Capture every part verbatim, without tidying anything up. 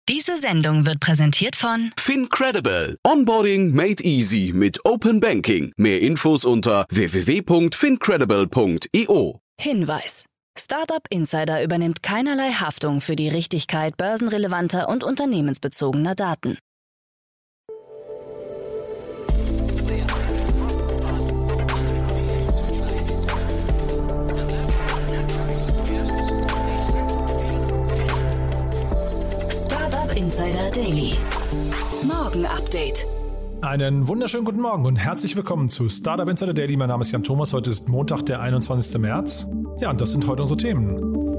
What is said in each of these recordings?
Diese Sendung wird präsentiert von FinCredible. Onboarding made easy mit Open Banking. Mehr Infos unter w w w punkt fincredible punkt i o. Hinweis. Startup Insider übernimmt keinerlei Haftung für die Richtigkeit börsenrelevanter und unternehmensbezogener Daten. Startup Insider Daily. Morgen Update. Einen wunderschönen guten Morgen und herzlich willkommen zu Startup Insider Daily. Mein Name ist Jan Thomas. Heute ist Montag, der einundzwanzigster März. Ja, und das sind heute unsere Themen.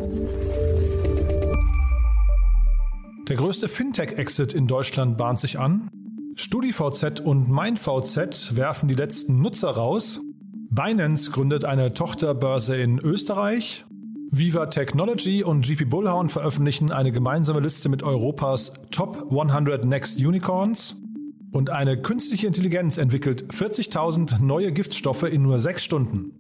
Der größte Fintech-Exit in Deutschland bahnt sich an. StudiVZ und MeinVZ werfen die letzten Nutzer raus. Binance gründet eine Tochterbörse in Österreich. Viva Technology und G P Bullhorn veröffentlichen eine gemeinsame Liste mit Europas Top hundert Next Unicorns. Und eine künstliche Intelligenz entwickelt vierzigtausend neue Giftstoffe in nur sechs Stunden.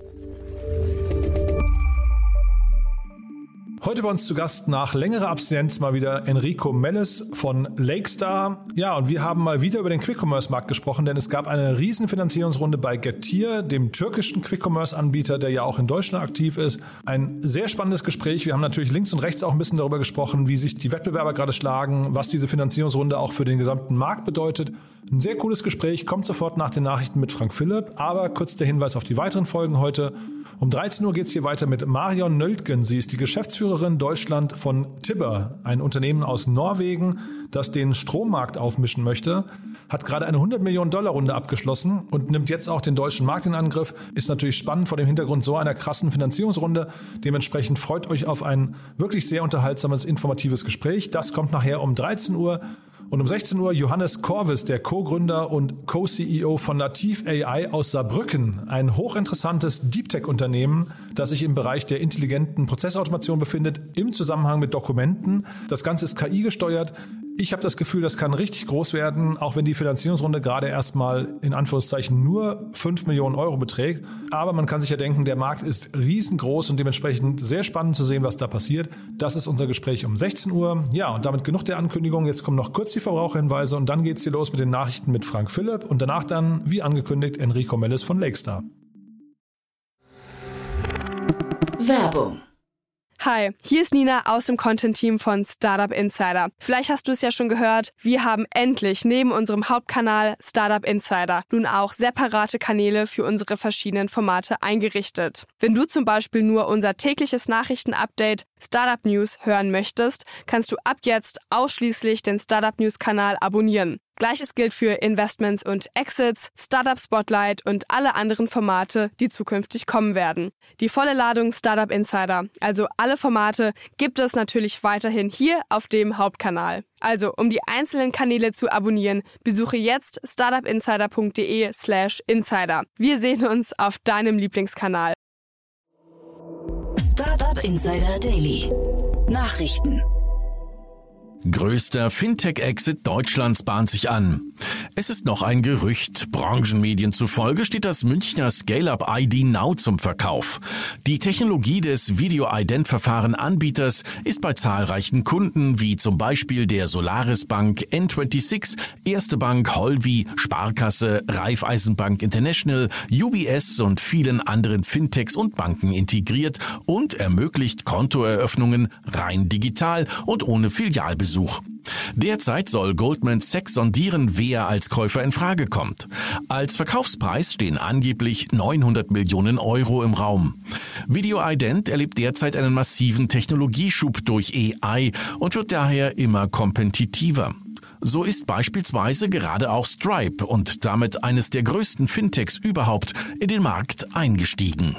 Heute bei uns zu Gast nach längerer Abstinenz mal wieder Enrico Melles von Lakestar. Ja, und wir haben mal wieder über den Quick-Commerce-Markt gesprochen, denn es gab eine riesen Finanzierungsrunde bei Getir, dem türkischen Quick-Commerce-Anbieter, der ja auch in Deutschland aktiv ist. Ein sehr spannendes Gespräch. Wir haben natürlich links und rechts auch ein bisschen darüber gesprochen, wie sich die Wettbewerber gerade schlagen, was diese Finanzierungsrunde auch für den gesamten Markt bedeutet. Ein sehr cooles Gespräch, kommt sofort nach den Nachrichten mit Frank Philipp. Aber kurz der Hinweis auf die weiteren Folgen heute. Um dreizehn Uhr geht es hier weiter mit Marion Nöldgen. Sie ist die Geschäftsführerin Deutschland von Tibber, ein Unternehmen aus Norwegen, das den Strommarkt aufmischen möchte. Hat gerade eine hundert Millionen Dollar Runde abgeschlossen und nimmt jetzt auch den deutschen Markt in Angriff. Ist natürlich spannend vor dem Hintergrund so einer krassen Finanzierungsrunde. Dementsprechend freut euch auf ein wirklich sehr unterhaltsames, informatives Gespräch. Das kommt nachher um dreizehn Uhr. Und um sechzehn Uhr Johannes Korvis, der Co-Gründer und Co-C E O von Nativ A I aus Saarbrücken, ein hochinteressantes Deep-Tech-Unternehmen, das sich im Bereich der intelligenten Prozessautomation befindet, im Zusammenhang mit Dokumenten. Das Ganze ist K I gesteuert. Ich habe das Gefühl, das kann richtig groß werden, auch wenn die Finanzierungsrunde gerade erstmal in Anführungszeichen nur fünf Millionen Euro beträgt. Aber man kann sich ja denken, der Markt ist riesengroß und dementsprechend sehr spannend zu sehen, was da passiert. Das ist unser Gespräch um sechzehn Uhr. Ja, und damit genug der Ankündigung. Jetzt kommen noch kurz die Verbraucherhinweise und dann geht's hier los mit den Nachrichten mit Frank Philipp und danach dann, wie angekündigt, Enrico Melles von Lakestar. Werbung. Hi, hier ist Nina aus dem Content-Team von Startup Insider. Vielleicht hast du es ja schon gehört, wir haben endlich neben unserem Hauptkanal Startup Insider nun auch separate Kanäle für unsere verschiedenen Formate eingerichtet. Wenn du zum Beispiel nur unser tägliches Nachrichtenupdate Startup News hören möchtest, kannst du ab jetzt ausschließlich den Startup News-Kanal abonnieren. Gleiches gilt für Investments und Exits, Startup Spotlight und alle anderen Formate, die zukünftig kommen werden. Die volle Ladung Startup Insider, also alle Formate, gibt es natürlich weiterhin hier auf dem Hauptkanal. Also, um die einzelnen Kanäle zu abonnieren, besuche jetzt startupinsider.de slash insider. Wir sehen uns auf deinem Lieblingskanal. Startup Insider Daily. Nachrichten. Größter Fintech-Exit Deutschlands bahnt sich an. Es ist noch ein Gerücht. Branchenmedien zufolge steht das Münchner Scale-Up I D Now zum Verkauf. Die Technologie des Video-Ident-Verfahren-Anbieters ist bei zahlreichen Kunden, wie zum Beispiel der Solaris Bank, N sechsundzwanzig, Erste Bank, Holvi, Sparkasse, Raiffeisenbank International, U B S und vielen anderen Fintechs und Banken integriert und ermöglicht Kontoeröffnungen rein digital und ohne Filialbesuch. Derzeit soll Goldman Sachs sondieren, wer als Käufer in Frage kommt. Als Verkaufspreis stehen angeblich neunhundert Millionen Euro im Raum. Video-Ident erlebt derzeit einen massiven Technologieschub durch A I und wird daher immer kompetitiver. So ist beispielsweise gerade auch Stripe und damit eines der größten Fintechs überhaupt in den Markt eingestiegen.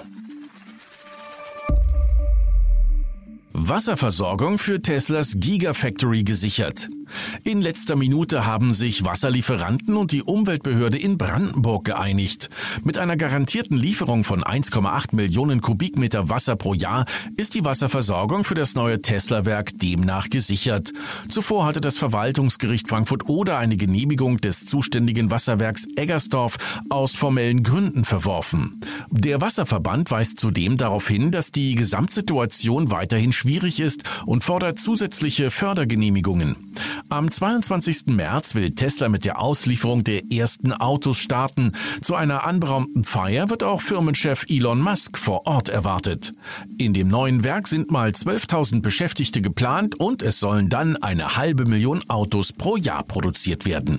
Wasserversorgung für Teslas Gigafactory gesichert. In letzter Minute haben sich Wasserlieferanten und die Umweltbehörde in Brandenburg geeinigt. Mit einer garantierten Lieferung von eins Komma acht Millionen Kubikmeter Wasser pro Jahr ist die Wasserversorgung für das neue Tesla-Werk demnach gesichert. Zuvor hatte das Verwaltungsgericht Frankfurt-Oder eine Genehmigung des zuständigen Wasserwerks Eggersdorf aus formellen Gründen verworfen. Der Wasserverband weist zudem darauf hin, dass die Gesamtsituation weiterhin schwierig ist und fordert zusätzliche Fördergenehmigungen. Am zweiundzwanzigsten März will Tesla mit der Auslieferung der ersten Autos starten. Zu einer anberaumten Feier wird auch Firmenchef Elon Musk vor Ort erwartet. In dem neuen Werk sind mal zwölftausend Beschäftigte geplant und es sollen dann eine halbe Million Autos pro Jahr produziert werden.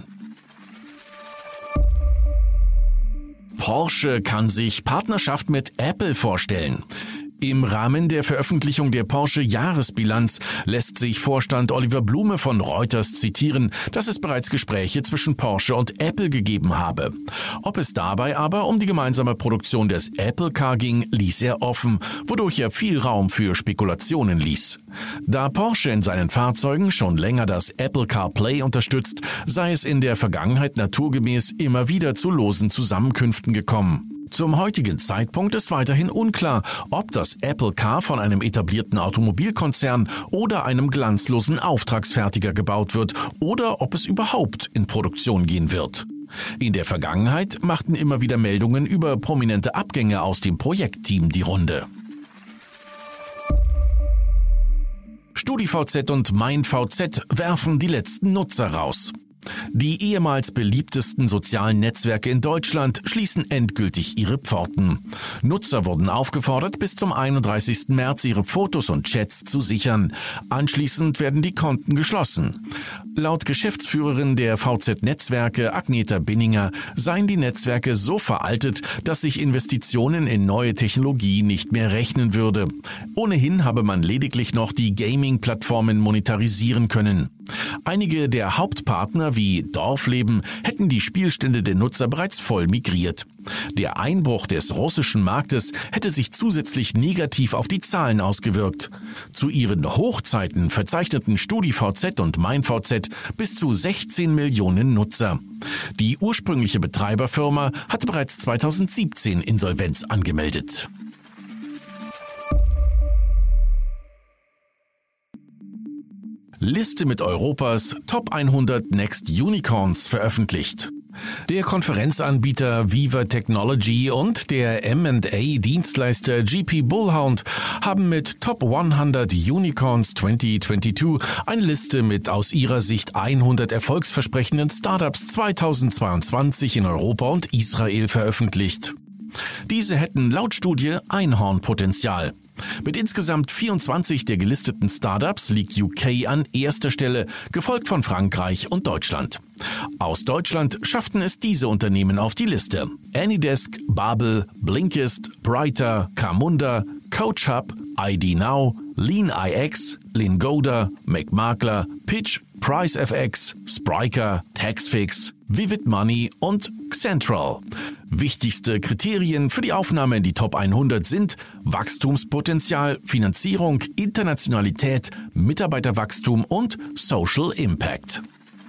Porsche kann sich Partnerschaft mit Apple vorstellen. Im Rahmen der Veröffentlichung der Porsche-Jahresbilanz lässt sich Vorstand Oliver Blume von Reuters zitieren, dass es bereits Gespräche zwischen Porsche und Apple gegeben habe. Ob es dabei aber um die gemeinsame Produktion des Apple Car ging, ließ er offen, wodurch er viel Raum für Spekulationen ließ. Da Porsche in seinen Fahrzeugen schon länger das Apple CarPlay unterstützt, sei es in der Vergangenheit naturgemäß immer wieder zu losen Zusammenkünften gekommen. Zum heutigen Zeitpunkt ist weiterhin unklar, ob das Apple Car von einem etablierten Automobilkonzern oder einem glanzlosen Auftragsfertiger gebaut wird oder ob es überhaupt in Produktion gehen wird. In der Vergangenheit machten immer wieder Meldungen über prominente Abgänge aus dem Projektteam die Runde. StudiVZ und MeinVZ werfen die letzten Nutzer raus. Die ehemals beliebtesten sozialen Netzwerke in Deutschland schließen endgültig ihre Pforten. Nutzer wurden aufgefordert, bis zum einunddreißigsten März ihre Fotos und Chats zu sichern. Anschließend werden die Konten geschlossen. Laut Geschäftsführerin der V Z-Netzwerke Agneta Binninger seien die Netzwerke so veraltet, dass sich Investitionen in neue Technologie nicht mehr rechnen würde. Ohnehin habe man lediglich noch die Gaming-Plattformen monetarisieren können. Einige der Hauptpartner wie Dorfleben hätten die Spielstände der Nutzer bereits voll migriert. Der Einbruch des russischen Marktes hätte sich zusätzlich negativ auf die Zahlen ausgewirkt. Zu ihren Hochzeiten verzeichneten StudiVZ und MeinVZ bis zu sechzehn Millionen Nutzer. Die ursprüngliche Betreiberfirma hatte bereits zweitausendsiebzehn Insolvenz angemeldet. Liste mit Europas Top hundert Next Unicorns veröffentlicht. Der Konferenzanbieter Viva Technology und der M und A-Dienstleister G P Bullhound haben mit Top hundert Unicorns zweitausendzweiundzwanzig eine Liste mit aus ihrer Sicht hundert erfolgsversprechenden Startups zweitausendzweiundzwanzig in Europa und Israel veröffentlicht. Diese hätten laut Studie Einhornpotenzial. Mit insgesamt vierundzwanzig der gelisteten Startups liegt U K an erster Stelle, gefolgt von Frankreich und Deutschland. Aus Deutschland schafften es diese Unternehmen auf die Liste: Anydesk, Babel, Blinkist, Brighter, Camunda, CoachHub, I D Now, LeanIX, Lingoda, McMakler, Pitch, PriceFX, Spryker, Taxfix, Vivid Money und Xentral. Wichtigste Kriterien für die Aufnahme in die Top hundert sind Wachstumspotenzial, Finanzierung, Internationalität, Mitarbeiterwachstum und Social Impact.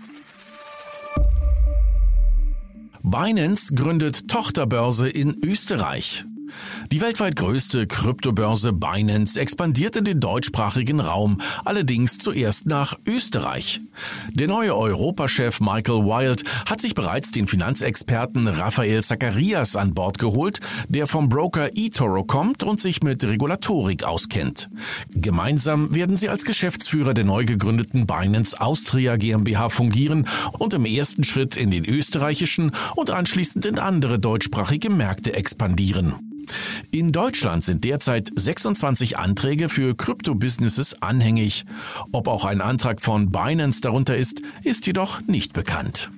Binance gründet Tochterbörse in Österreich. Die weltweit größte Kryptobörse Binance expandiert in den deutschsprachigen Raum, allerdings zuerst nach Österreich. Der neue Europachef Michael Wild hat sich bereits den Finanzexperten Raphael Zacharias an Bord geholt, der vom Broker eToro kommt und sich mit Regulatorik auskennt. Gemeinsam werden sie als Geschäftsführer der neu gegründeten Binance Austria GmbH fungieren und im ersten Schritt in den österreichischen und anschließend in andere deutschsprachige Märkte expandieren. In Deutschland sind derzeit sechsundzwanzig Anträge für Krypto-Businesses anhängig. Ob auch ein Antrag von Binance darunter ist, ist jedoch nicht bekannt.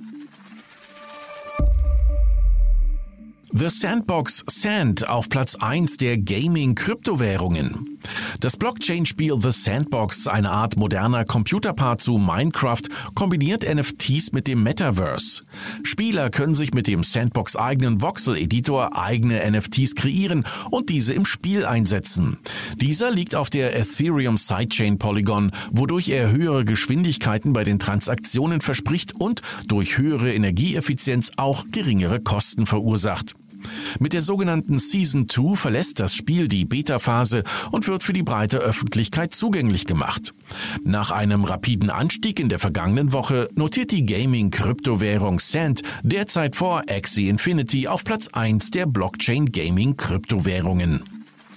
The Sandbox Sand auf Platz eins der Gaming-Kryptowährungen. Das Blockchain-Spiel The Sandbox, eine Art moderner Computerpart zu Minecraft, kombiniert N F Ts mit dem Metaverse. Spieler können sich mit dem Sandbox-eigenen Voxel-Editor eigene N F Ts kreieren und diese im Spiel einsetzen. Dieser liegt auf der Ethereum Sidechain Polygon, wodurch er höhere Geschwindigkeiten bei den Transaktionen verspricht und durch höhere Energieeffizienz auch geringere Kosten verursacht. Mit der sogenannten Season zwei verlässt das Spiel die Beta-Phase und wird für die breite Öffentlichkeit zugänglich gemacht. Nach einem rapiden Anstieg in der vergangenen Woche notiert die Gaming-Kryptowährung Sand derzeit vor Axie Infinity auf Platz eins der Blockchain-Gaming-Kryptowährungen.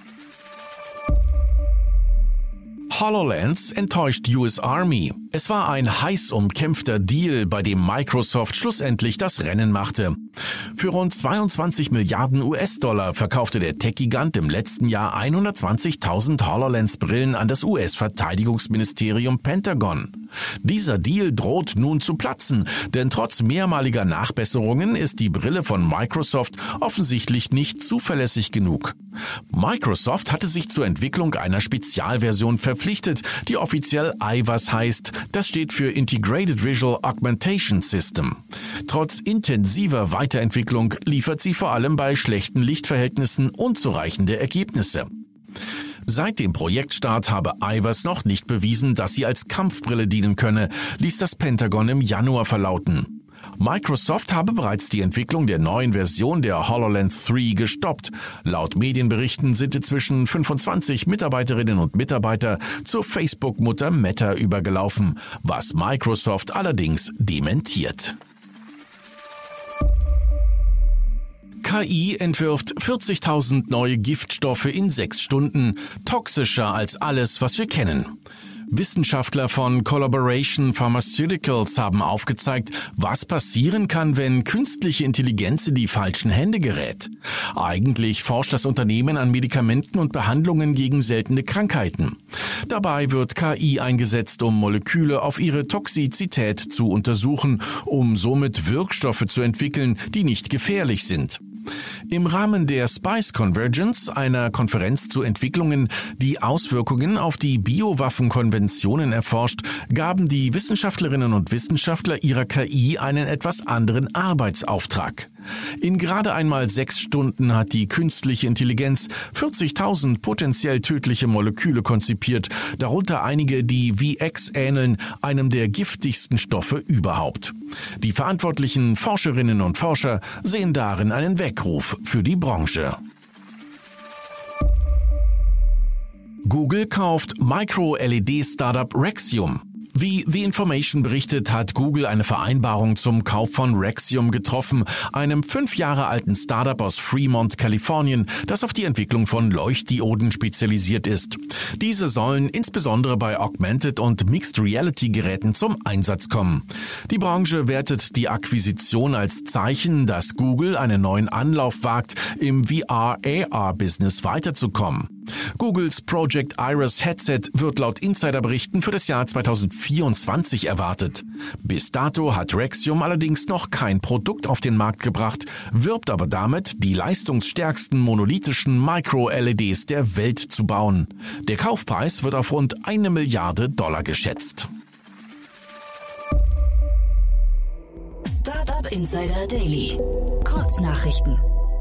HoloLens enttäuscht U S Army. Es war ein heiß umkämpfter Deal, bei dem Microsoft schlussendlich das Rennen machte. Für rund zweiundzwanzig Milliarden U S-Dollar verkaufte der Tech-Gigant im letzten Jahr hundertzwanzigtausend HoloLens-Brillen an das U S-Verteidigungsministerium Pentagon. Dieser Deal droht nun zu platzen, denn trotz mehrmaliger Nachbesserungen ist die Brille von Microsoft offensichtlich nicht zuverlässig genug. Microsoft hatte sich zur Entwicklung einer Spezialversion verpflichtet, die offiziell I V A S heißt. Das steht für Integrated Visual Augmentation System. Trotz intensiver Weiterentwicklung liefert sie vor allem bei schlechten Lichtverhältnissen unzureichende Ergebnisse. Seit dem Projektstart habe I V A S noch nicht bewiesen, dass sie als Kampfbrille dienen könne, ließ das Pentagon im Januar verlauten. Microsoft habe bereits die Entwicklung der neuen Version der HoloLens drei gestoppt. Laut Medienberichten sind inzwischen fünfundzwanzig Mitarbeiterinnen und Mitarbeiter zur Facebook-Mutter Meta übergelaufen, was Microsoft allerdings dementiert. K I entwirft vierzigtausend neue Giftstoffe in sechs Stunden, toxischer als alles, was wir kennen. Wissenschaftler von Collaboration Pharmaceuticals haben aufgezeigt, was passieren kann, wenn künstliche Intelligenz in die falschen Hände gerät. Eigentlich forscht das Unternehmen an Medikamenten und Behandlungen gegen seltene Krankheiten. Dabei wird K I eingesetzt, um Moleküle auf ihre Toxizität zu untersuchen, um somit Wirkstoffe zu entwickeln, die nicht gefährlich sind. Im Rahmen der Spice Convergence, einer Konferenz zu Entwicklungen, die Auswirkungen auf die Biowaffenkonventionen erforscht, gaben die Wissenschaftlerinnen und Wissenschaftler ihrer K I einen etwas anderen Arbeitsauftrag. In gerade einmal sechs Stunden hat die künstliche Intelligenz vierzigtausend potenziell tödliche Moleküle konzipiert, darunter einige, die V X ähneln, einem der giftigsten Stoffe überhaupt. Die verantwortlichen Forscherinnen und Forscher sehen darin einen Weckruf für die Branche. Google kauft Micro-L E D-Startup Rexium. Wie The Information berichtet, hat Google eine Vereinbarung zum Kauf von Rexium getroffen, einem fünf Jahre alten Startup aus Fremont, Kalifornien, das auf die Entwicklung von Leuchtdioden spezialisiert ist. Diese sollen insbesondere bei Augmented- und Mixed-Reality-Geräten zum Einsatz kommen. Die Branche wertet die Akquisition als Zeichen, dass Google einen neuen Anlauf wagt, im V R-A R-Business weiterzukommen. Googles Project Iris Headset wird laut Insiderberichten für das Jahr zweitausendvierundzwanzig erwartet. Bis dato hat Rexium allerdings noch kein Produkt auf den Markt gebracht, wirbt aber damit, die leistungsstärksten monolithischen Micro-L E Ds der Welt zu bauen. Der Kaufpreis wird auf rund eine Milliarde Dollar geschätzt. Startup Insider Daily. Kurznachrichten.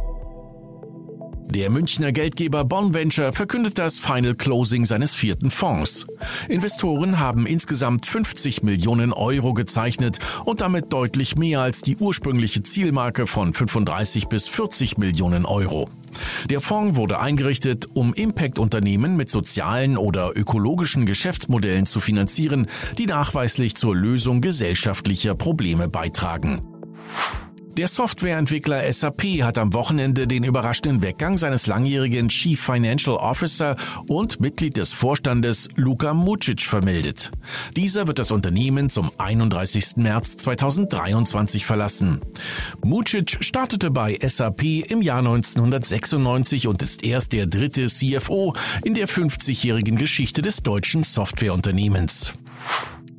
Der Münchner Geldgeber Bond Venture verkündet das Final Closing seines vierten Fonds. Investoren haben insgesamt fünfzig Millionen Euro gezeichnet und damit deutlich mehr als die ursprüngliche Zielmarke von fünfunddreißig bis vierzig Millionen Euro. Der Fonds wurde eingerichtet, um Impact-Unternehmen mit sozialen oder ökologischen Geschäftsmodellen zu finanzieren, die nachweislich zur Lösung gesellschaftlicher Probleme beitragen. Der Softwareentwickler S A P hat am Wochenende den überraschenden Weggang seines langjährigen Chief Financial Officer und Mitglied des Vorstandes Luka Mucic vermeldet. Dieser wird das Unternehmen zum einunddreißigsten März zweitausenddreiundzwanzig verlassen. Mucic startete bei S A P im Jahr neunzehnhundertsechsundneunzig und ist erst der dritte C F O in der fünfzigjährigen Geschichte des deutschen Softwareunternehmens.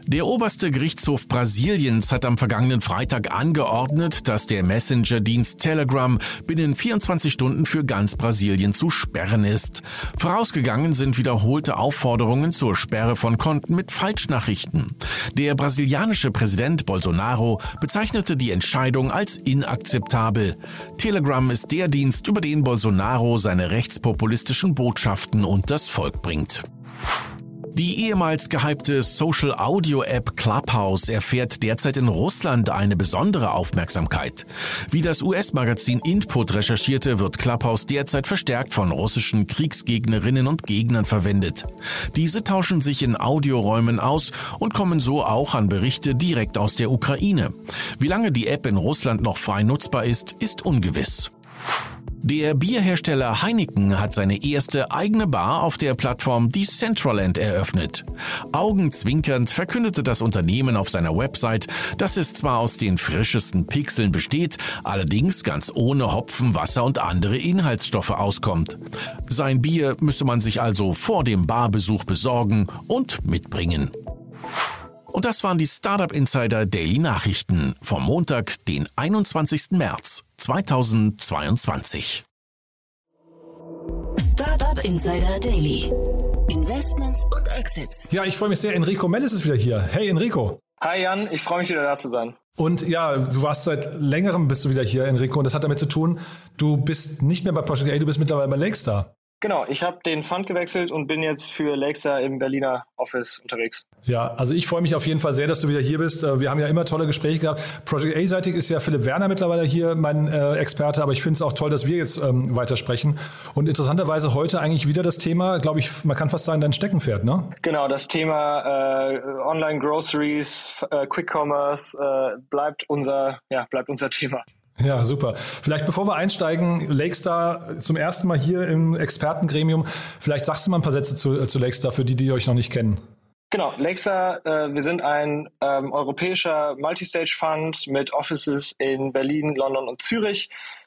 Der oberste Gerichtshof Brasiliens hat am vergangenen Freitag angeordnet, dass der Messenger-Dienst Telegram binnen vierundzwanzig Stunden für ganz Brasilien zu sperren ist. Vorausgegangen sind wiederholte Aufforderungen zur Sperre von Konten mit Falschnachrichten. Der brasilianische Präsident Bolsonaro bezeichnete die Entscheidung als inakzeptabel. Telegram ist der Dienst, über den Bolsonaro seine rechtspopulistischen Botschaften unters Volk bringt. Die ehemals gehypte Social-Audio-App Clubhouse erfährt derzeit in Russland eine besondere Aufmerksamkeit. Wie das U S-Magazin Input recherchierte, wird Clubhouse derzeit verstärkt von russischen Kriegsgegnerinnen und Gegnern verwendet. Diese tauschen sich in Audioräumen aus und kommen so auch an Berichte direkt aus der Ukraine. Wie lange die App in Russland noch frei nutzbar ist, ist ungewiss. Der Bierhersteller Heineken hat seine erste eigene Bar auf der Plattform Decentraland eröffnet. Augenzwinkernd verkündete das Unternehmen auf seiner Website, dass es zwar aus den frischesten Pixeln besteht, allerdings ganz ohne Hopfen, Wasser und andere Inhaltsstoffe auskommt. Sein Bier müsse man sich also vor dem Barbesuch besorgen und mitbringen. Und das waren die Startup Insider Daily Nachrichten vom Montag, den einundzwanzigsten März zweitausendzweiundzwanzig. Startup Insider Daily. Investments und Exits. Ja, ich freue mich sehr. Enrico Mellis ist wieder hier. Hey Enrico. Hi Jan, ich freue mich wieder da zu sein. Und ja, du warst seit längerem bist du wieder hier, Enrico. Und das hat damit zu tun, du bist nicht mehr bei Project A, du bist mittlerweile bei Lakestar. Genau, ich habe den Fund gewechselt und bin jetzt für Lakestar im Berliner Office unterwegs. Ja, also ich freue mich auf jeden Fall sehr, dass du wieder hier bist. Wir haben ja immer tolle Gespräche gehabt. Project A-seitig ist ja Philipp Werner mittlerweile hier, mein äh, Experte, aber ich finde es auch toll, dass wir jetzt ähm, weitersprechen. Und interessanterweise heute eigentlich wieder das Thema, glaube ich, man kann fast sagen, dein Steckenpferd, ne? Genau, das Thema äh, Online-Groceries, äh, Quick-Commerce äh, bleibt unser, ja, bleibt unser Thema. Ja, super. Vielleicht bevor wir einsteigen, Lakestar zum ersten Mal hier im Expertengremium. Vielleicht sagst du mal ein paar Sätze zu, zu Lakestar für die, die euch noch nicht kennen. Genau, Lakestar, äh, wir sind ein ähm, europäischer Multistage-Fund mit Offices in Berlin, London und Zürich.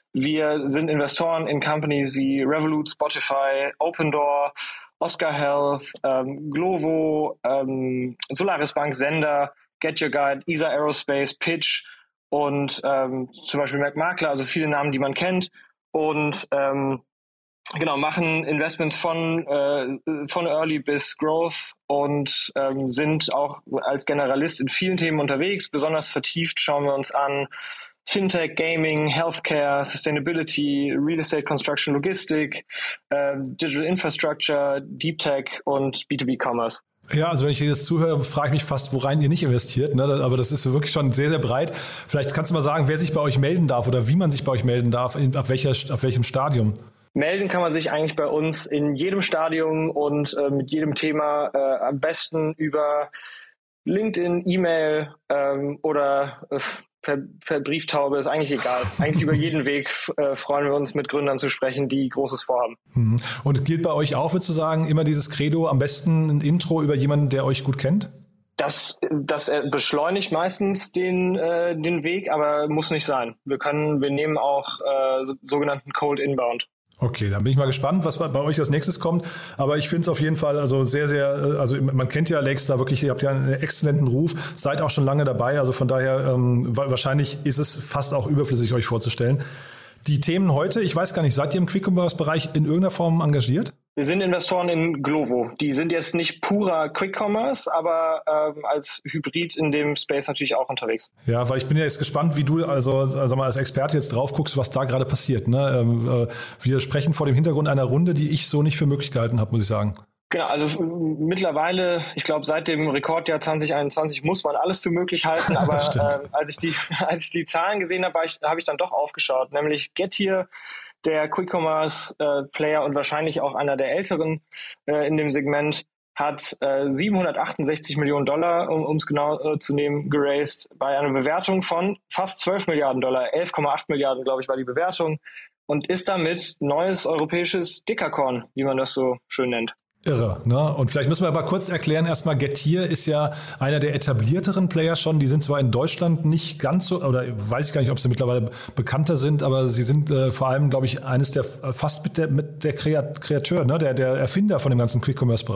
Wir sind Investoren in Companies wie Revolut, Spotify, Opendoor, Oscar Health, ähm, Glovo, ähm, Solaris Bank, Sender, Get Your Guide, E S A Aerospace, Pitch und ähm, zum Beispiel McMakler, also viele Namen, die man kennt, und ähm, genau machen Investments von äh, von Early bis Growth und ähm, sind auch als Generalist in vielen Themen unterwegs. Besonders vertieft schauen wir uns an Fintech, Gaming, Healthcare, Sustainability, Real Estate Construction, Logistik, äh, Digital Infrastructure, Deep Tech und B zwei B Commerce. Ja, also wenn ich jetzt zuhöre, frage ich mich fast, worein ihr nicht investiert, ne? Aber das ist wirklich schon sehr, sehr breit. Vielleicht kannst du mal sagen, wer sich bei euch melden darf oder wie man sich bei euch melden darf, in, auf, welcher, auf welchem Stadium. Melden kann man sich eigentlich bei uns in jedem Stadium und äh, mit jedem Thema äh, am besten über LinkedIn, E-Mail ähm, oder äh, per, per Brieftaube, ist eigentlich egal. Eigentlich über jeden Weg äh, freuen wir uns, mit Gründern zu sprechen, die Großes vorhaben. Und gilt bei euch auch, würdest du sagen, immer dieses Credo, am besten ein Intro über jemanden, der euch gut kennt? Das, das beschleunigt meistens den, äh, den Weg, aber muss nicht sein. Wir können, wir nehmen auch äh, sogenannten Cold Inbound. Okay, dann bin ich mal gespannt, was bei euch als nächstes kommt. Aber ich finde es auf jeden Fall also sehr, sehr, also man kennt ja Lakestar wirklich, ihr habt ja einen exzellenten Ruf, seid auch schon lange dabei. Also von daher, ähm, wahrscheinlich ist es fast auch überflüssig, euch vorzustellen. Die Themen heute, ich weiß gar nicht, seid ihr im Quick-Commerce-Bereich in irgendeiner Form engagiert? Wir sind Investoren in Glovo. Die sind jetzt nicht purer Quick-Commerce, aber ähm, als Hybrid in dem Space natürlich auch unterwegs. Ja, weil ich bin ja jetzt gespannt, wie du also, also mal als Experte jetzt drauf guckst, was da gerade passiert. Ne? Ähm, äh, wir sprechen vor dem Hintergrund einer Runde, die ich so nicht für möglich gehalten habe, muss ich sagen. Genau, also mittlerweile, ich glaube, seit dem Rekordjahr zwanzig einundzwanzig muss man alles für möglich halten, aber äh, als ich die als ich die Zahlen gesehen habe, habe ich, hab ich dann doch aufgeschaut, nämlich Getir, der Quick-Commerce-Player äh, und wahrscheinlich auch einer der älteren äh, in dem Segment, hat äh, siebenhundertachtundsechzig Millionen Dollar, um es genau äh, zu nehmen, geraced, bei einer Bewertung von fast zwölf Milliarden Dollar, elf Komma acht Milliarden, glaube ich, war die Bewertung, und ist damit neues europäisches Dekakorn, wie man das so schön nennt. Irre, ne? Und vielleicht müssen wir aber kurz erklären, erstmal Getir ist ja einer der etablierteren Player schon. Die sind zwar in Deutschland nicht ganz so, oder weiß ich gar nicht, ob sie mittlerweile bekannter sind, aber sie sind äh, vor allem, glaube ich, eines der, fast mit der, mit der Kreateur, ne? der, der Erfinder von dem ganzen Quick-Commerce-Bereich.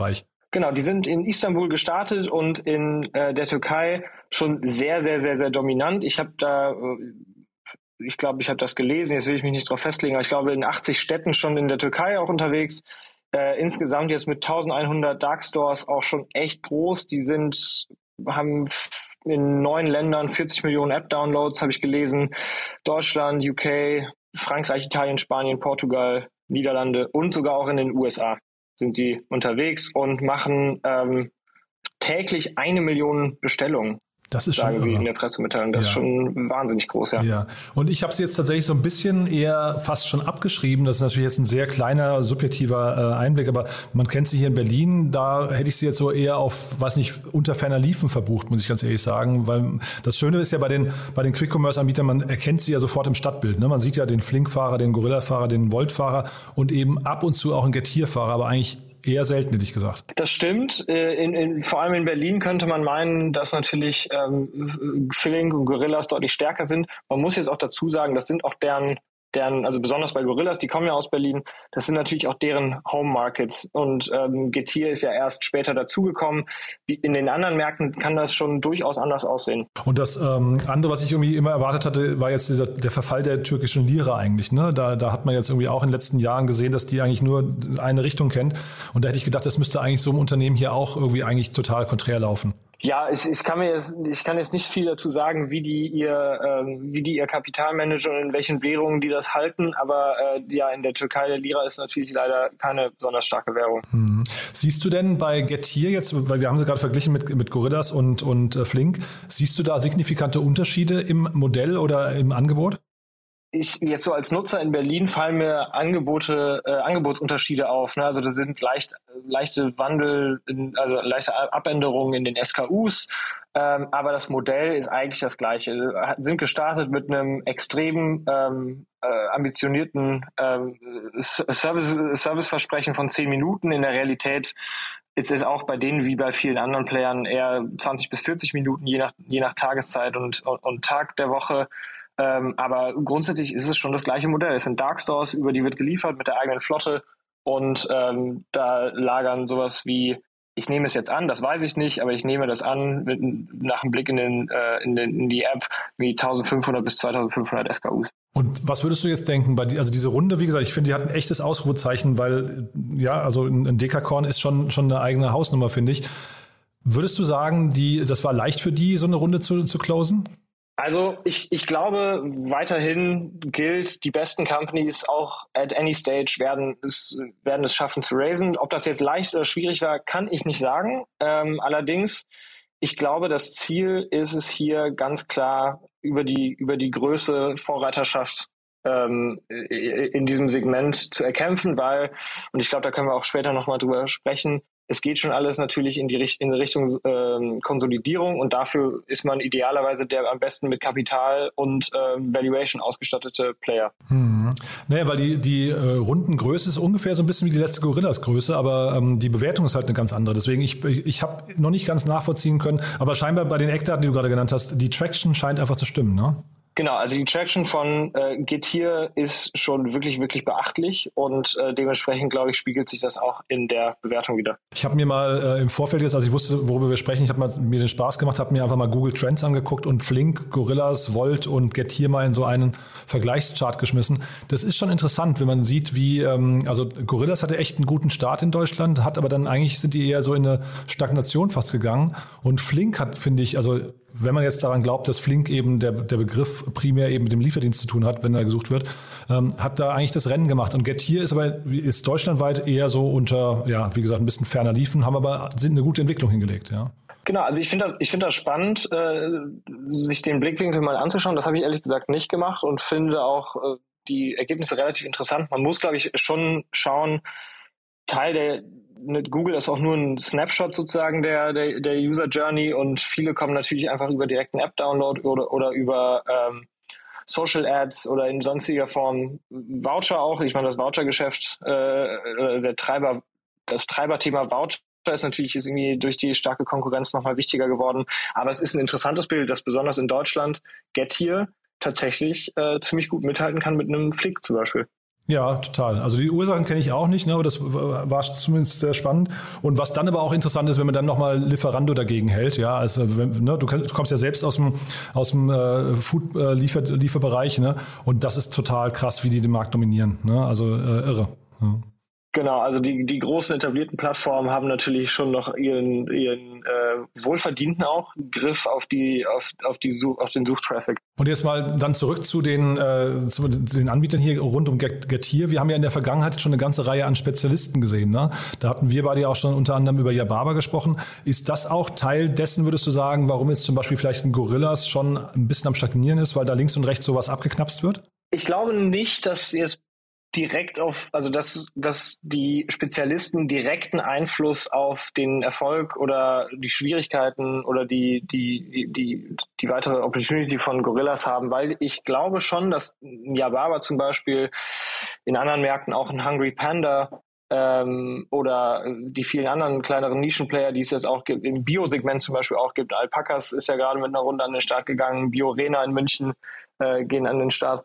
Genau, die sind in Istanbul gestartet und in äh, der Türkei schon sehr, sehr, sehr, sehr dominant. Ich habe da, äh, ich glaube, ich habe das gelesen, jetzt will ich mich nicht drauf festlegen, aber ich glaube in achtzig Städten schon in der Türkei auch unterwegs. Äh, insgesamt jetzt mit eintausendeinhundert Dark Stores auch schon echt groß. Die sind, haben in neun Ländern vierzig Millionen App-Downloads, habe ich gelesen. Deutschland, U K, Frankreich, Italien, Spanien, Portugal, Niederlande und sogar auch in den U S A sind die unterwegs und machen ähm, täglich eine Million Bestellungen. Das ist sagen schon sie irre. in der Pressemitteilung. Das ja. ist schon wahnsinnig groß, ja. Ja. Und ich habe es jetzt tatsächlich so ein bisschen eher fast schon abgeschrieben. Das ist natürlich jetzt ein sehr kleiner, subjektiver äh, Einblick, aber man kennt sie hier in Berlin. Da hätte ich sie jetzt so eher auf, weiß nicht, unter ferner Liefen verbucht, muss ich ganz ehrlich sagen. Weil das Schöne ist ja bei den, bei den Quick-Commerce-Anbietern, man erkennt sie ja sofort im Stadtbild. Ne? Man sieht ja den Flink-Fahrer, den Gorilla-Fahrer, den Volt-Fahrer und eben ab und zu auch einen Getir-Fahrer, aber eigentlich eher selten, hätte ich gesagt. Das stimmt. In, in, vor allem in Berlin könnte man meinen, dass natürlich ähm, Flink und Gorillas deutlich stärker sind. Man muss jetzt auch dazu sagen, das sind auch deren, deren, also besonders bei Gorillas, die kommen ja aus Berlin, das sind natürlich auch deren Home Markets. Und ähm, Getir ist ja erst später dazugekommen. In den anderen Märkten kann das schon durchaus anders aussehen. Und das ähm, andere, was ich irgendwie immer erwartet hatte, war jetzt dieser, der Verfall der türkischen Lira eigentlich. Ne? Da, da hat man jetzt irgendwie auch in den letzten Jahren gesehen, dass die eigentlich nur eine Richtung kennt. Und da hätte ich gedacht, das müsste eigentlich so im Unternehmen hier auch irgendwie eigentlich total konträr laufen. Ja, ich, ich kann mir jetzt, ich kann jetzt nicht viel dazu sagen, wie die ihr, ähm, wie die ihr Kapital managen und in welchen Währungen die das halten. Aber äh, ja, in der Türkei der Lira ist natürlich leider keine besonders starke Währung. Hm. Siehst du denn bei Getir jetzt, weil wir haben sie gerade verglichen mit mit Gorillas und und äh, Flink, siehst du da signifikante Unterschiede im Modell oder im Angebot? Ich jetzt so als Nutzer in Berlin fallen mir Angebote, äh, Angebotsunterschiede auf. Ne? Also da sind leicht, leichte Wandel, in, also leichte Abänderungen in den S K Us, ähm, aber das Modell ist eigentlich das gleiche. Wir sind gestartet mit einem extrem ähm, äh, ambitionierten ähm, Service, Serviceversprechen von zehn Minuten. In der Realität ist es auch bei denen wie bei vielen anderen Playern eher zwanzig bis vierzig Minuten, je nach, je nach Tageszeit und, und, und Tag der Woche. Ähm, aber grundsätzlich ist es schon das gleiche Modell. Es sind Dark Stores, über die wird geliefert mit der eigenen Flotte und ähm, da lagern sowas wie, ich nehme es jetzt an, das weiß ich nicht, aber ich nehme das an, mit, nach einem Blick in, den, äh, in, den, in die App, wie eintausendfünfhundert bis zweitausendfünfhundert S K Us. Und was würdest du jetzt denken, bei die, also diese Runde, wie gesagt, ich finde, die hat ein echtes Ausrufezeichen, weil, ja, also ein Dekakorn ist schon, schon eine eigene Hausnummer, finde ich. Würdest du sagen, die, das war leicht für die, so eine Runde zu, zu closen? Also ich, ich glaube, weiterhin gilt, die besten Companies auch at any stage werden es, werden es schaffen zu raisen. Ob das jetzt leicht oder schwierig war, kann ich nicht sagen. Ähm, allerdings, ich glaube, das Ziel ist es hier ganz klar, über die, über die Größe Vorreiterschaft ähm, in diesem Segment zu erkämpfen, weil, und ich glaube, da können wir auch später nochmal drüber sprechen, es geht schon alles natürlich in die, in die Richtung ähm, Konsolidierung und dafür ist man idealerweise der am besten mit Kapital und ähm, Valuation ausgestattete Player. Hm. Naja, weil die, die äh, Rundengröße ist ungefähr so ein bisschen wie die letzte Gorillas-Größe, aber ähm, die Bewertung ist halt eine ganz andere. Deswegen, ich, ich habe noch nicht ganz nachvollziehen können, aber scheinbar bei den Eckdaten, die du gerade genannt hast, die Traction scheint einfach zu stimmen, ne? Genau, also die Traction von äh, Getir ist schon wirklich, wirklich beachtlich und äh, dementsprechend, glaube ich, spiegelt sich das auch in der Bewertung wieder. Ich habe mir mal äh, im Vorfeld jetzt, also ich wusste, worüber wir sprechen, ich habe mir den Spaß gemacht, habe mir einfach mal Google Trends angeguckt und Flink, Gorillas, Volt und Getir mal in so einen Vergleichschart geschmissen. Das ist schon interessant, wenn man sieht, wie, ähm, also Gorillas hatte echt einen guten Start in Deutschland, hat aber dann eigentlich, sind die eher so in eine Stagnation fast gegangen und Flink hat, finde ich, also wenn man jetzt daran glaubt, dass Flink eben der, der Begriff primär eben mit dem Lieferdienst zu tun hat, wenn er gesucht wird, ähm, hat da eigentlich das Rennen gemacht. Und Getir ist aber ist deutschlandweit eher so unter, ja, wie gesagt, ein bisschen ferner liefen, haben aber sind eine gute Entwicklung hingelegt, ja. Genau, also ich finde das, ich finde das spannend, äh, sich den Blickwinkel mal anzuschauen. Das habe ich ehrlich gesagt nicht gemacht und finde auch äh, die Ergebnisse relativ interessant. Man muss, glaube ich, schon schauen, Teil der Google ist auch nur ein Snapshot sozusagen der, der, der User Journey und viele kommen natürlich einfach über direkten App-Download oder, oder über ähm, Social Ads oder in sonstiger Form Voucher auch. Ich meine, das Voucher-Geschäft, äh, der Treiber, das Treiberthema Voucher ist natürlich ist irgendwie durch die starke Konkurrenz nochmal wichtiger geworden. Aber es ist ein interessantes Bild, dass besonders in Deutschland Getir tatsächlich äh, ziemlich gut mithalten kann mit einem Flink zum Beispiel. Ja, total. Also die Ursachen kenne ich auch nicht, ne, aber das war zumindest sehr spannend. Und was dann aber auch interessant ist, wenn man dann nochmal Lieferando dagegen hält, ja, also wenn, ne, du, du kommst ja selbst aus dem aus dem äh, Food-Lieferbereich, äh, ne, und das ist total krass, wie die den Markt dominieren, ne, also äh, irre. Ja. Genau, also die, die großen etablierten Plattformen haben natürlich schon noch ihren, ihren äh, wohlverdienten auch Griff auf die auf auf die Such, auf den Suchtraffic. Und jetzt mal dann zurück zu den äh, zu den Anbietern hier rund um Getir. Wir haben ja in der Vergangenheit schon eine ganze Reihe an Spezialisten gesehen, ne? Da hatten wir beide ja auch schon unter anderem über Yababa gesprochen. Ist das auch Teil dessen, würdest du sagen, warum jetzt zum Beispiel vielleicht ein Gorillas schon ein bisschen am Stagnieren ist, weil da links und rechts sowas abgeknapst wird? Ich glaube nicht, dass jetzt direkt auf, also dass, dass die Spezialisten direkten Einfluss auf den Erfolg oder die Schwierigkeiten oder die, die, die, die, die weitere Opportunity von Gorillas haben, weil ich glaube schon, dass Yababa zum Beispiel in anderen Märkten, auch ein Hungry Panda ähm, oder die vielen anderen kleineren Nischenplayer, die es jetzt auch gibt, im Bio-Segment zum Beispiel auch gibt. Alpacas ist ja gerade mit einer Runde an den Start gegangen, Biorena in München äh, gehen an den Start.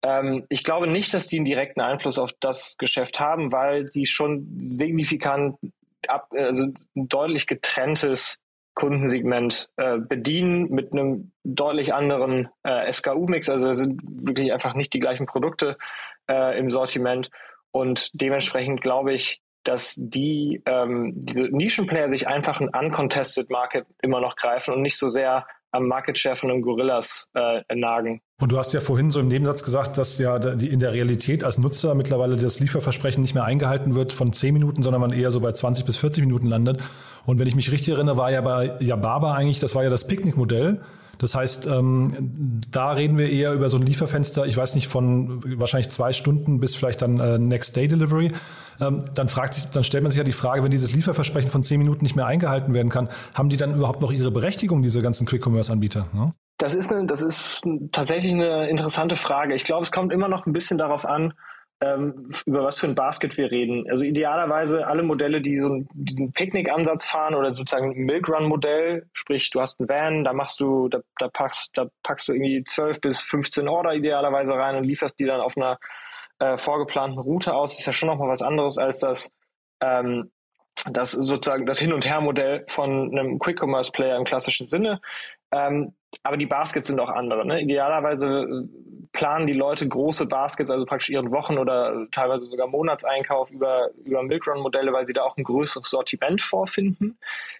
Ich glaube nicht, dass die einen direkten Einfluss auf das Geschäft haben, weil die schon signifikant ab, also ein deutlich getrenntes Kundensegment äh, bedienen mit einem deutlich anderen äh, S K U-Mix. Also sind wirklich einfach nicht die gleichen Produkte äh, im Sortiment. Und dementsprechend glaube ich, dass die ähm, diese Nischenplayer sich einfach ein uncontested Market immer noch greifen und nicht so sehr am Market Share von einem Gorillas äh, nagen. Und du hast ja vorhin so im Nebensatz gesagt, dass ja die in der Realität als Nutzer mittlerweile das Lieferversprechen nicht mehr eingehalten wird von zehn Minuten, sondern man eher so bei zwanzig bis vierzig Minuten landet. Und wenn ich mich richtig erinnere, war ja bei Yababa eigentlich, das war ja das Picknick-Modell. Das heißt, ähm, da reden wir eher über so ein Lieferfenster, ich weiß nicht, von wahrscheinlich zwei Stunden bis vielleicht dann äh, Next-Day-Delivery. Ähm, dann fragt sich, dann stellt man sich ja die Frage, wenn dieses Lieferversprechen von zehn Minuten nicht mehr eingehalten werden kann, haben die dann überhaupt noch ihre Berechtigung, diese ganzen Quick-Commerce-Anbieter? Ne? Das ist, eine, das ist tatsächlich eine interessante Frage. Ich glaube, es kommt immer noch ein bisschen darauf an, ähm, über was für ein Basket wir reden. Also idealerweise alle Modelle, die so einen, einen Picknick-Ansatz fahren oder sozusagen ein Milk-Run-Modell, sprich du hast einen Van, da machst du, da, da packst, da packst du irgendwie zwölf bis fünfzehn Order idealerweise rein und lieferst die dann auf einer äh, vorgeplanten Route aus. Das ist ja schon nochmal was anderes als das ähm, das sozusagen das Hin- und Her-Modell von einem Quick-Commerce-Player im klassischen Sinne. Ähm, aber die Baskets sind auch andere. Ne? Idealerweise planen die Leute große Baskets, also praktisch ihren Wochen- oder teilweise sogar Monatseinkauf über, über Milk-Run-Modelle, weil sie da auch ein größeres Sortiment vorfinden.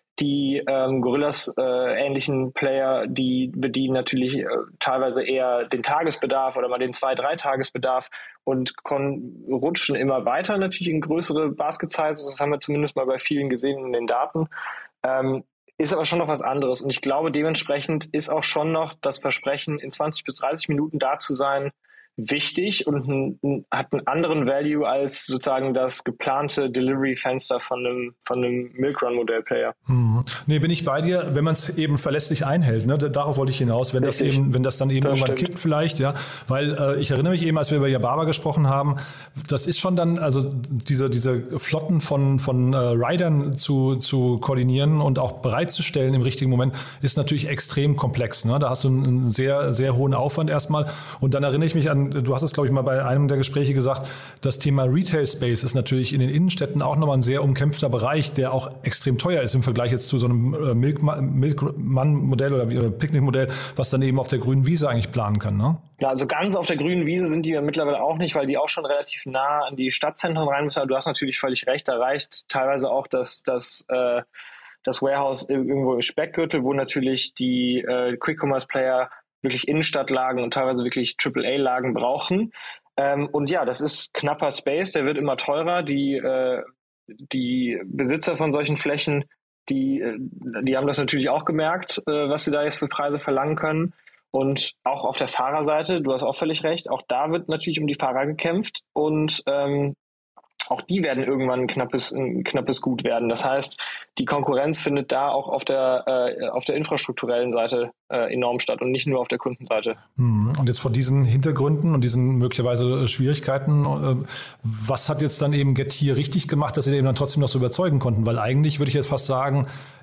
Die ähm, Gorillas äh, ähnlichen Player, die bedienen natürlich äh, teilweise eher den Tagesbedarf oder mal den zwei-, drei Tagesbedarf und kon- rutschen immer weiter natürlich in größere Basket-Sizes. Das haben wir zumindest mal bei vielen gesehen in den Daten. Ähm, ist aber schon noch was anderes. Und ich glaube, dementsprechend ist auch schon noch das Versprechen, in zwanzig bis dreißig Minuten da zu sein, wichtig und ein, ein, hat einen anderen Value als sozusagen das geplante Delivery-Fenster von einem, von einem Milk-Run-Modell-Player. Hm. Nee, bin ich bei dir, wenn man es eben verlässlich einhält. Ne? Darauf wollte ich hinaus, wenn Richtig. das eben, wenn das dann eben das irgendwann stimmt. kippt vielleicht, ja. Weil äh, ich erinnere mich eben, als wir über Yababa gesprochen haben, das ist schon dann, also diese, diese Flotten von, von äh, Riders zu, zu koordinieren und auch bereitzustellen im richtigen Moment, ist natürlich extrem komplex. Ne? Da hast du einen sehr, sehr hohen Aufwand erstmal. Und dann erinnere ich mich an, du hast es, glaube ich, mal bei einem der Gespräche gesagt, das Thema Retail Space ist natürlich in den Innenstädten auch nochmal ein sehr umkämpfter Bereich, der auch extrem teuer ist im Vergleich jetzt zu so einem äh, Milkman-Modell oder äh, Picknick-Modell, was dann eben auf der grünen Wiese eigentlich planen kann, ne? Ja, also ganz auf der grünen Wiese sind die ja mittlerweile auch nicht, weil die auch schon relativ nah an die Stadtzentren rein müssen. Aber du hast natürlich völlig recht, da reicht teilweise auch das, das, äh, das Warehouse irgendwo im Speckgürtel, wo natürlich die äh, Quick-Commerce-Player wirklich Innenstadtlagen und teilweise wirklich Triple A Lagen brauchen. Ähm, und ja, das ist knapper Space, der wird immer teurer. Die, äh, die Besitzer von solchen Flächen, die, die haben das natürlich auch gemerkt, äh, was sie da jetzt für Preise verlangen können. Und auch auf der Fahrerseite, du hast auch völlig recht, auch da wird natürlich um die Fahrer gekämpft und ähm, auch die werden irgendwann ein knappes, ein knappes Gut werden. Das heißt, die Konkurrenz findet da auch auf der, äh, auf der infrastrukturellen Seite äh, enorm statt und nicht nur auf der Kundenseite. Und jetzt vor diesen Hintergründen und diesen möglicherweise Schwierigkeiten, äh, was hat jetzt dann eben Getir richtig gemacht, dass sie eben dann trotzdem noch so überzeugen konnten? Weil eigentlich würde ich jetzt fast sagen,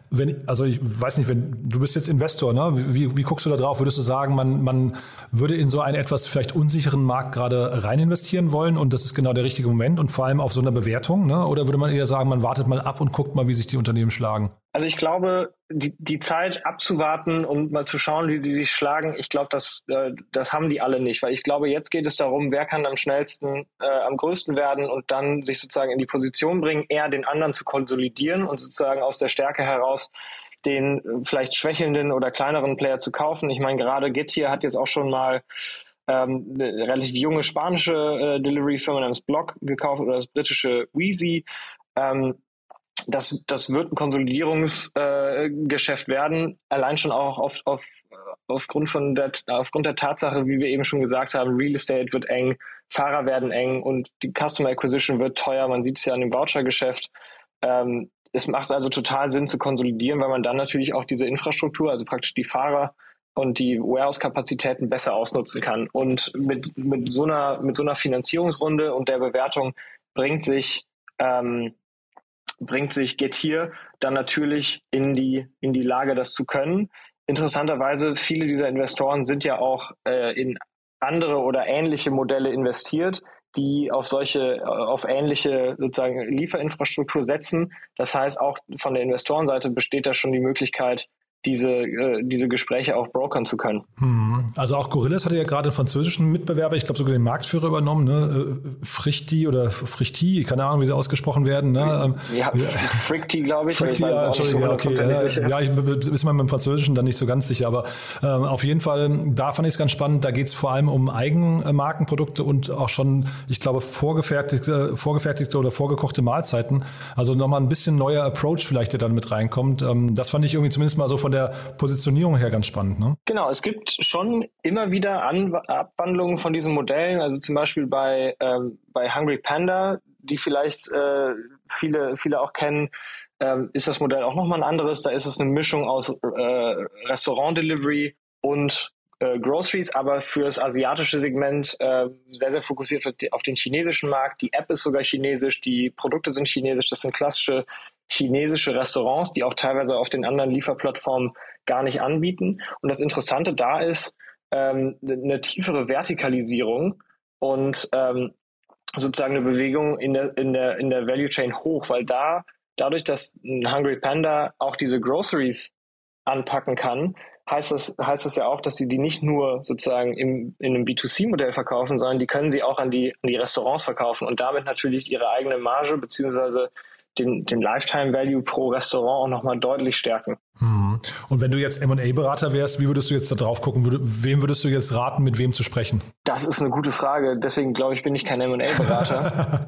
Wenn, also ich weiß nicht, wenn du bist jetzt Investor, ne? Wie, wie guckst du da drauf? Würdest du sagen, man, man würde in so einen etwas vielleicht unsicheren Markt gerade rein investieren wollen und das ist genau der richtige Moment und vor allem auf so einer Bewertung, ne? Oder würde man eher sagen, man wartet mal ab und guckt mal, wie sich die Unternehmen schlagen? Also ich glaube, die, die Zeit abzuwarten und mal zu schauen, wie sie sich schlagen, ich glaube, das, äh, das haben die alle nicht, weil ich glaube, jetzt geht es darum, wer kann am schnellsten, äh, am größten werden und dann sich sozusagen in die Position bringen, eher den anderen zu konsolidieren und sozusagen aus der Stärke heraus den vielleicht schwächelnden oder kleineren Player zu kaufen. Ich meine, gerade Getir hat jetzt auch schon mal ähm, eine relativ junge spanische äh, Delivery-Firma namens Block gekauft oder das britische Wheezy. Ähm, das, das wird ein Konsolidierungsgeschäft äh, werden, allein schon auch auf, auf, aufgrund, von der, aufgrund der Tatsache, wie wir eben schon gesagt haben, Real Estate wird eng, Fahrer werden eng und die Customer Acquisition wird teuer. Man sieht es ja an dem Voucher-Geschäft. Ähm, Es macht also total Sinn zu konsolidieren, weil man dann natürlich auch diese Infrastruktur, also praktisch die Fahrer und die Warehouse-Kapazitäten besser ausnutzen kann. Und mit, mit so einer, mit so einer Finanzierungsrunde und der Bewertung bringt sich, ähm, bringt sich Getir dann natürlich in die, in die Lage, das zu können. Interessanterweise, viele dieser Investoren sind ja auch äh, in andere oder ähnliche Modelle investiert, die auf solche, auf ähnliche sozusagen Lieferinfrastruktur setzen. Das heißt, auch von der Investorenseite besteht da schon die Möglichkeit, diese, äh, diese Gespräche auch brokern zu können. Hm. Also auch Gorillas hatte ja gerade einen französischen Mitbewerber, ich glaube sogar den Marktführer übernommen, ne? Frichti oder Frichti, keine Ahnung, wie sie ausgesprochen werden. Ne? Ja, Frichti, glaube ich. Frichti, ja, Entschuldigung, ja, okay. Ja, ja, ich bin mir mit dem Französischen dann nicht so ganz sicher, aber äh, auf jeden Fall, da fand ich es ganz spannend, da geht es vor allem um Eigenmarkenprodukte und auch schon, ich glaube, vorgefertigte, vorgefertigte oder vorgekochte Mahlzeiten. Also nochmal ein bisschen neuer Approach vielleicht, der dann mit reinkommt. Ähm, das fand ich irgendwie zumindest mal so von der Positionierung her ganz spannend, ne? Genau, es gibt schon immer wieder An- Abwandlungen von diesen Modellen, also zum Beispiel bei, ähm, bei Hungry Panda, die vielleicht äh, viele, viele auch kennen, ähm, ist das Modell auch nochmal ein anderes. Da ist es eine Mischung aus äh, Restaurant-Delivery und äh, Groceries, aber für das asiatische Segment äh, sehr, sehr fokussiert auf den chinesischen Markt. Die App ist sogar chinesisch, die Produkte sind chinesisch, das sind klassische chinesische Restaurants, die auch teilweise auf den anderen Lieferplattformen gar nicht anbieten. Und das Interessante da ist ähm, eine tiefere Vertikalisierung und ähm, sozusagen eine Bewegung in der, in der, in der Value Chain hoch, weil da dadurch, dass ein Hungry Panda auch diese Groceries anpacken kann, heißt das, heißt das ja auch, dass sie die nicht nur sozusagen im, in einem B zwei C-Modell verkaufen, sondern die können sie auch an die, an die Restaurants verkaufen und damit natürlich ihre eigene Marge beziehungsweise den, den Lifetime-Value pro Restaurant auch nochmal deutlich stärken. Hm. Und wenn du jetzt M und A-Berater wärst, wie würdest du jetzt da drauf gucken? Würde, wem würdest du jetzt raten, mit wem zu sprechen? Das ist eine gute Frage. Deswegen glaube ich, bin ich kein M und A-Berater.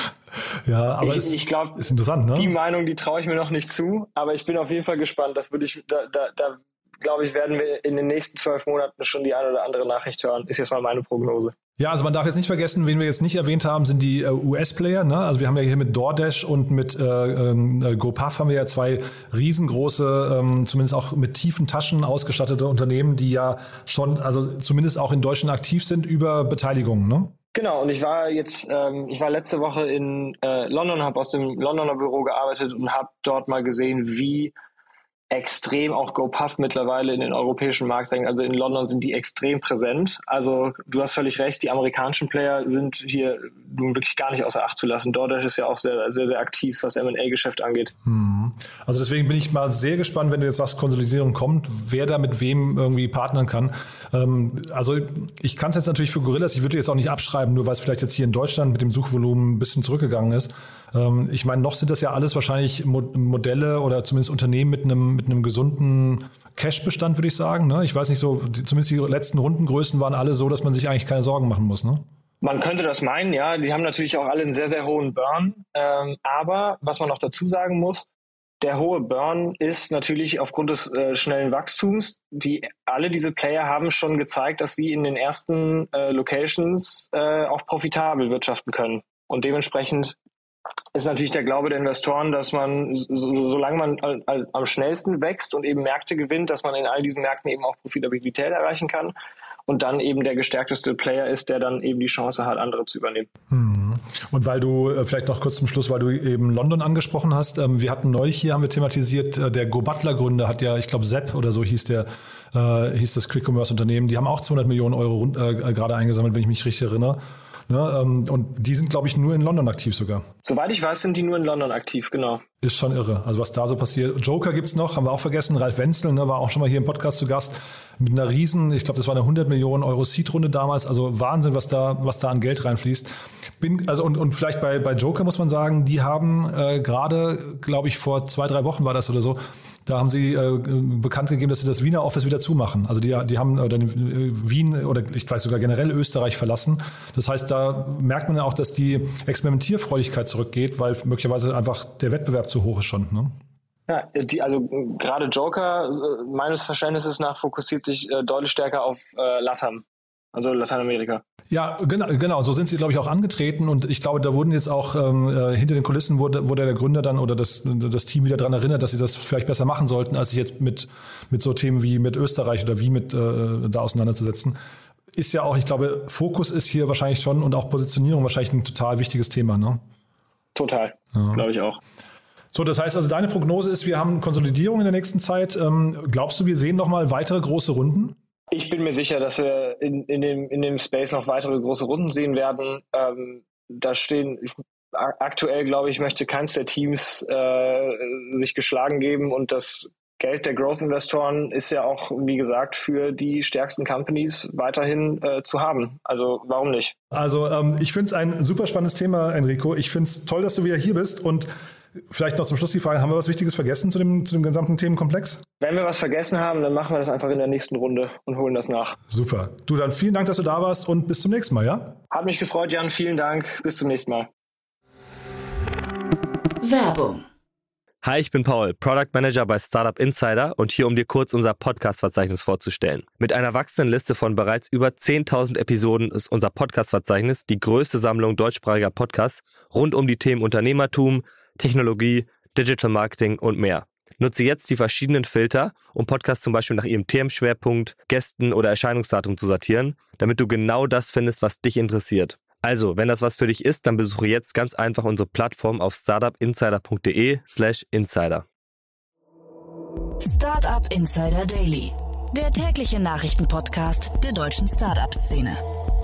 Ja, aber ich, es ich glaub, ist interessant, ne? Die Meinung, die traue ich mir noch nicht zu, aber ich bin auf jeden Fall gespannt. Das würde ich, da, da, da glaube ich, werden wir in den nächsten zwölf Monaten schon die eine oder andere Nachricht hören. Ist jetzt mal meine Prognose. Ja, also man darf jetzt nicht vergessen, wen wir jetzt nicht erwähnt haben, sind die äh, U S-Player. Ne? Also wir haben ja hier mit DoorDash und mit äh, äh, GoPuff haben wir ja zwei riesengroße, ähm, zumindest auch mit tiefen Taschen ausgestattete Unternehmen, die ja schon, also zumindest auch in Deutschland aktiv sind über Beteiligungen, ne? Genau, und ich war jetzt, ähm, ich war letzte Woche in äh, London, habe aus dem Londoner Büro gearbeitet und habe dort mal gesehen, wie extrem auch GoPuff mittlerweile in den europäischen Markt drängt. Also in London sind die extrem präsent. Also du hast völlig recht, die amerikanischen Player sind hier nun wirklich gar nicht außer Acht zu lassen. DoorDash ist ja auch sehr, sehr, sehr aktiv, was M und A-Geschäft angeht. Hm. Also deswegen bin ich mal sehr gespannt, wenn du jetzt sagst, Konsolidierung kommt, wer da mit wem irgendwie partnern kann. Ähm, also ich kann es jetzt natürlich für Gorillas, ich würde jetzt auch nicht abschreiben, nur weil es vielleicht jetzt hier in Deutschland mit dem Suchvolumen ein bisschen zurückgegangen ist. Ähm, ich meine, noch sind das ja alles wahrscheinlich Mo- Modelle oder zumindest Unternehmen mit einem mit einem gesunden Cash-Bestand, würde ich sagen. Ne? Ich weiß nicht so, die, zumindest die letzten Rundengrößen waren alle so, dass man sich eigentlich keine Sorgen machen muss, ne? Man könnte das meinen, ja. Die haben natürlich auch alle einen sehr, sehr hohen Burn. Ähm, aber was man noch dazu sagen muss, der hohe Burn ist natürlich aufgrund des äh, schnellen Wachstums. Die, alle diese Player haben schon gezeigt, dass sie in den ersten äh, Locations äh, auch profitabel wirtschaften können. Und dementsprechend ist natürlich der Glaube der Investoren, dass man, so, solange man all, all, am schnellsten wächst und eben Märkte gewinnt, dass man in all diesen Märkten eben auch Profitabilität erreichen kann. und dann eben der gestärkteste Player ist, der dann eben die Chance hat, andere zu übernehmen. Hm. Und weil du, äh, vielleicht noch kurz zum Schluss, weil du eben London angesprochen hast, ähm, wir hatten neulich hier, haben wir thematisiert, äh, der GoButler-Gründer hat ja, ich glaube Sepp oder so hieß der, äh, hieß das Quick-Commerce-Unternehmen, die haben auch zweihundert Millionen Euro äh, gerade eingesammelt, wenn ich mich richtig erinnere. Ne, ähm, und die sind, glaube ich, nur in London aktiv sogar. Soweit ich weiß, sind die nur in London aktiv, genau. Ist schon irre. Also was da so passiert. Joker gibt's noch, haben wir auch vergessen. Ralf Wenzel, ne, war auch schon mal hier im Podcast zu Gast mit einer riesen, ich glaube, das war eine hundert Millionen Euro Seed-Runde damals. Also Wahnsinn, was da, was da an Geld reinfließt. Bin, also und, und vielleicht bei, bei Joker muss man sagen, die haben äh, gerade, glaube ich, vor zwei, drei Wochen war das oder so, da haben sie äh, bekannt gegeben, dass sie das Wiener Office wieder zumachen. Also die, die haben oder Wien oder ich weiß sogar generell Österreich verlassen. Das heißt, da merkt man ja auch, dass die Experimentierfreudigkeit zurückgeht, weil möglicherweise einfach der Wettbewerb zu hoch ist schon. Ne? Ja, die, also gerade Joker, meines Verständnisses nach, fokussiert sich äh, deutlich stärker auf äh, LATAM, also Lateinamerika. Ja, genau, genau, so sind sie, glaube ich, auch angetreten und ich glaube, da wurden jetzt auch ähm, äh, hinter den Kulissen wurde, wurde der Gründer dann oder das, das Team wieder daran erinnert, dass sie das vielleicht besser machen sollten, als sich jetzt mit, mit so Themen wie mit Österreich oder wie mit äh, da auseinanderzusetzen. Ist ja auch, ich glaube, Fokus ist hier wahrscheinlich schon und auch Positionierung wahrscheinlich ein total wichtiges Thema, ne? Total, ja. Glaube ich auch. So, das heißt also, deine Prognose ist, wir haben Konsolidierung in der nächsten Zeit. Ähm, glaubst du, wir sehen nochmal weitere große Runden? Ich bin mir sicher, dass wir in, in, dem, in dem Space noch weitere große Runden sehen werden. Ähm, da stehen, ich, aktuell glaube ich, möchte keins der Teams äh, sich geschlagen geben und das Geld der Growth-Investoren ist ja auch, wie gesagt, für die stärksten Companies weiterhin äh, zu haben. Also warum nicht? Also ähm, ich finde es ein super spannendes Thema, Enrico. Ich finde es toll, dass du wieder hier bist und vielleicht noch zum Schluss die Frage, haben wir was Wichtiges vergessen zu dem, zu dem gesamten Themenkomplex? Wenn wir was vergessen haben, dann machen wir das einfach in der nächsten Runde und holen das nach. Super. Du, dann vielen Dank, dass du da warst und bis zum nächsten Mal, ja? Hat mich gefreut, Jan. Vielen Dank. Bis zum nächsten Mal. Werbung. Hi, ich bin Paul, Product Manager bei Startup Insider und hier, um dir kurz unser Podcast-Verzeichnis vorzustellen. Mit einer wachsenden Liste von bereits über zehntausend Episoden ist unser Podcast-Verzeichnis die größte Sammlung deutschsprachiger Podcasts rund um die Themen Unternehmertum, Technologie, Digital Marketing und mehr. Nutze jetzt die verschiedenen Filter, um Podcasts zum Beispiel nach ihrem Themenschwerpunkt, Gästen oder Erscheinungsdatum zu sortieren, damit du genau das findest, was dich interessiert. Also, wenn das was für dich ist, dann besuche jetzt ganz einfach unsere Plattform auf startupinsider.de slash insider. Startup Insider Daily, der tägliche Nachrichtenpodcast der deutschen Startup-Szene.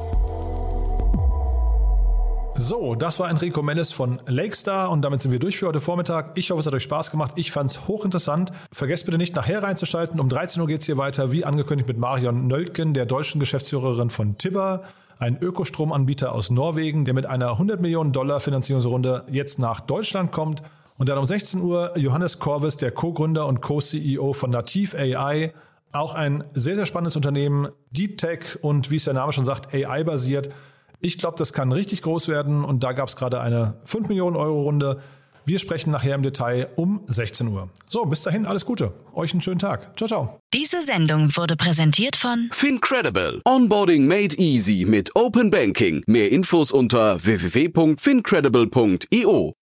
So, das war Enrico Melles von Lakestar und damit sind wir durch für heute Vormittag. Ich hoffe, es hat euch Spaß gemacht. Ich fand es hochinteressant. Vergesst bitte nicht, nachher reinzuschalten. Um dreizehn Uhr geht es hier weiter, wie angekündigt, mit Marion Nöldgen, der deutschen Geschäftsführerin von Tibber, ein Ökostromanbieter aus Norwegen, der mit einer hundert Millionen Dollar Finanzierungsrunde jetzt nach Deutschland kommt. Und dann um sechzehn Uhr Johannes Corvus, der Co-Gründer und Co-C E O von Nativ A I. Auch ein sehr, sehr spannendes Unternehmen, Deep Tech und wie es der Name schon sagt, A I-basiert. Ich glaube, das kann richtig groß werden und da gab es gerade eine fünf Millionen Euro Runde. Wir sprechen nachher im Detail um sechzehn Uhr. So, bis dahin alles Gute. Euch einen schönen Tag. Ciao, ciao. Diese Sendung wurde präsentiert von FinCredible. Onboarding made easy mit Open Banking. Mehr Infos unter w w w punkt fincredible punkt i o.